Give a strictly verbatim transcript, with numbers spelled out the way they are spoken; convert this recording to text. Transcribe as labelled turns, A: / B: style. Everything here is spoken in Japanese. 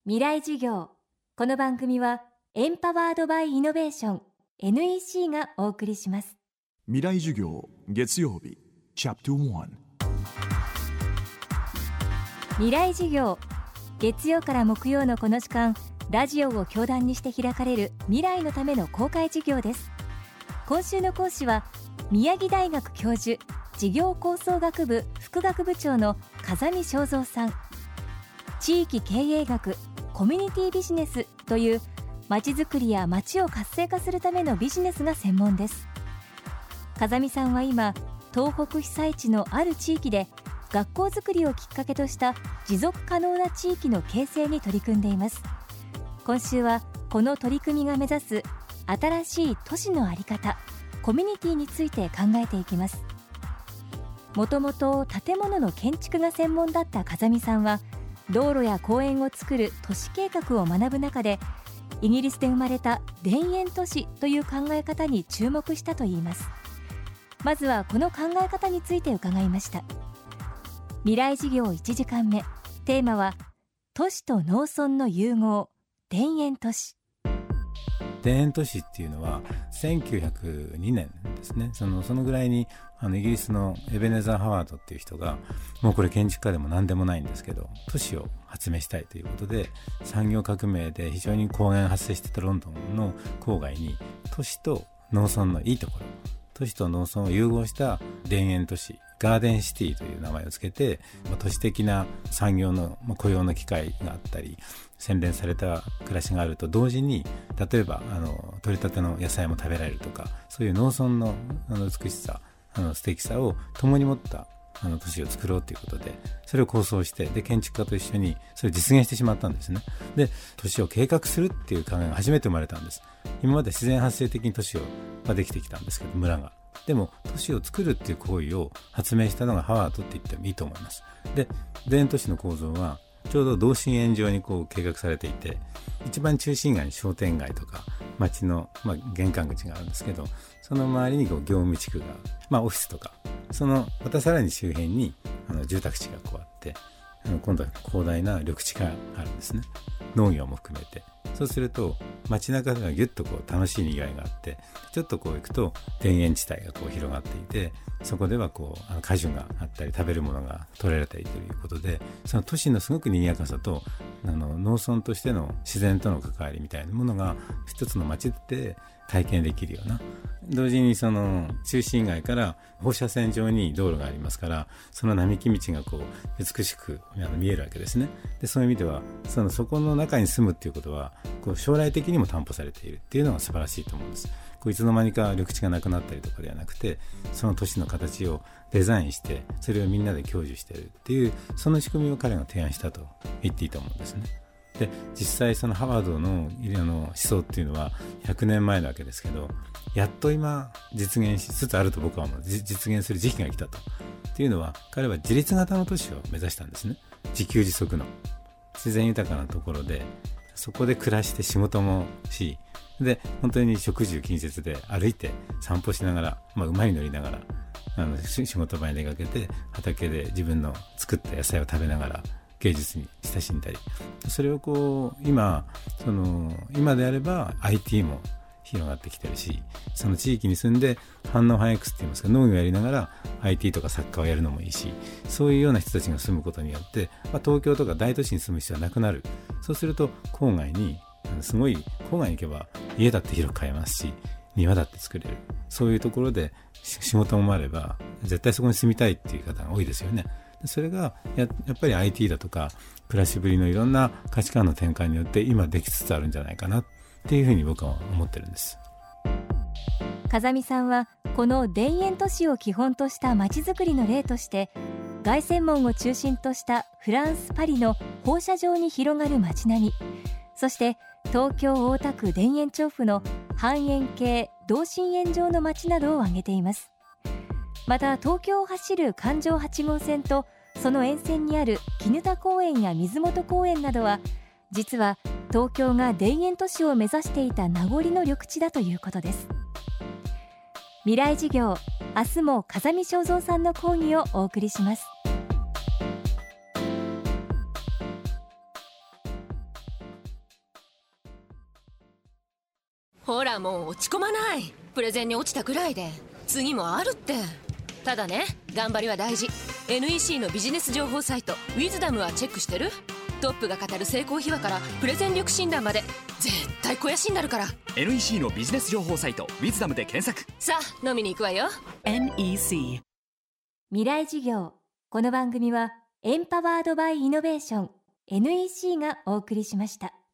A: 未来授業。この番組はエンパワードバイイノベーション エヌイーシー がお送りします。
B: 未来授業月曜日チャプターワン。
A: 未来授業。月曜から木曜のこの時間、ラジオを教壇にして開かれる未来のための公開授業です。今週の講師は宮城大学教授、事業構想学部副学部長の風見正三さん。地域経営学、コミュニティビジネスというまちづくりや街を活性化するためのビジネスが専門です。風見さんは今、東北被災地のある地域で学校づくりをきっかけとした持続可能な地域の形成に取り組んでいます。今週はこの取り組みが目指す新しい都市の在り方、コミュニティについて考えていきます。もともと建物の建築が専門だった風見さんは、道路や公園を作る都市計画を学ぶ中で、イギリスで生まれた田園都市という考え方に注目したといいます。まずはこの考え方について伺いました。未来授業いちじかんめ、テーマは都市と農村の融合、田園都市。
C: 田園都市っていうのはせんきゅうひゃくにねんですね。その、そのぐらいにあのイギリスのエベネザー・ハワードっていう人が、もうこれ建築家でも何でもないんですけど、都市を発明したいということで、産業革命で非常に高原発生してたロンドンの郊外に都市と農村のいいところ、都市と農村を融合した田園都市、ガーデンシティという名前をつけて、都市的な産業の雇用の機会があったり、洗練された暮らしがあると同時に、例えばあの取り立ての野菜も食べられるとか、そういう農村のあの美しさ、あの素敵さを共に持ったあの都市を作ろうということで、それを構想して、で建築家と一緒にそれを実現してしまったんですね。で都市を計画するっていう考えが初めて生まれたんです。今まで自然発生的に都市を、まあ、できてきたんですけど、村がでも都市を作るっていう行為を発明したのがハワードって言ってもいいと思います。で田園都市の構造はちょうど同心円状にこう計画されていて、一番中心街に商店街とか街の、まあ、玄関口があるんですけど、その周りにこう業務地区が、まあ、オフィスとか、そのまたさらに周辺にあの住宅地がこうあって、あの今度は広大な緑地があるんですね。農業も含めて。そうすると街中ではギュッとこう楽しい賑わいがあって、ちょっとこう行くと田園地帯がこう広がっていて、そこではこうあの果樹があったり食べるものが取れたりということで、その都市のすごく賑やかさとあの農村としての自然との関わりみたいなものが一つの街で体験できるような、同時にその中心街から放射線上に道路がありますから、その並木道がこう美しく見えるわけですね。でそういう意味ではそのそこの中に住むっていうことはこう将来的にも担保されているっていうのが素晴らしいと思うんです。こういつの間にか緑地がなくなったりとかではなくて、その都市の形をデザインしてそれをみんなで享受しているっていう、その仕組みを彼が提案したと言っていいと思うんですね。で実際そのハワード の, あの思想っていうのはひゃくねんまえなわけですけど、やっと今実現しつつあると僕は思う。実現する時期が来たと。っていうのは、彼は自立型の都市を目指したんですね。自給自足の自然豊かなところで、そこで暮らして仕事もし、で本当に食住近接で歩いて散歩しながら、まあ、馬に乗りながらあの仕事場に出かけて、畑で自分の作った野菜を食べながら芸術に親しんだり、それをこう今その今であれば アイティー も広がってきてるし、その地域に住んで反応反 X って言いますか、農業をやりながら アイティー とかサッカーをやるのもいいし、そういうような人たちが住むことによって、まあ、東京とか大都市に住む必要はなくなる。そうすると郊外にすごい郊外に行けば家だって広く買えますし、庭だって作れる。そういうところで仕事もあれば絶対そこに住みたいっていう方が多いですよね。それが や, やっぱり アイティー だとか暮らしぶりのいろんな価値観の転換によって今できつつあるんじゃないかなっていうふうに僕は思ってるんです。
A: 風見さんはこの田園都市を基本とした街づくりの例として、凱旋門を中心としたフランス・パリの放射状に広がる街並み、そして東京大田区田園調布の半円形同心円状の街などを挙げています。また東京を走る環状はち号線とその沿線にある絹田公園や水元公園などは、実は東京が田園都市を目指していた名残の緑地だということです。未来授業、明日も風見正三さんの講義をお送りします。
D: ほらもう落ち込まない。プレゼンに落ちたくらいで次もあるって。ただね、頑張りは大事。 エヌイーシー のビジネス情報サイトウィズダムはチェックしてる？トップが語る成功秘話からプレゼン力診断まで絶対肥やしになるから。
E: エヌイーシー のビジネス情報サイトウィズダムで検索。
D: さあ飲みに行くわよ。
E: エヌイーシー
A: 未来事業。この番組はエンパワードバイイノベーション エヌイーシー がお送りしました。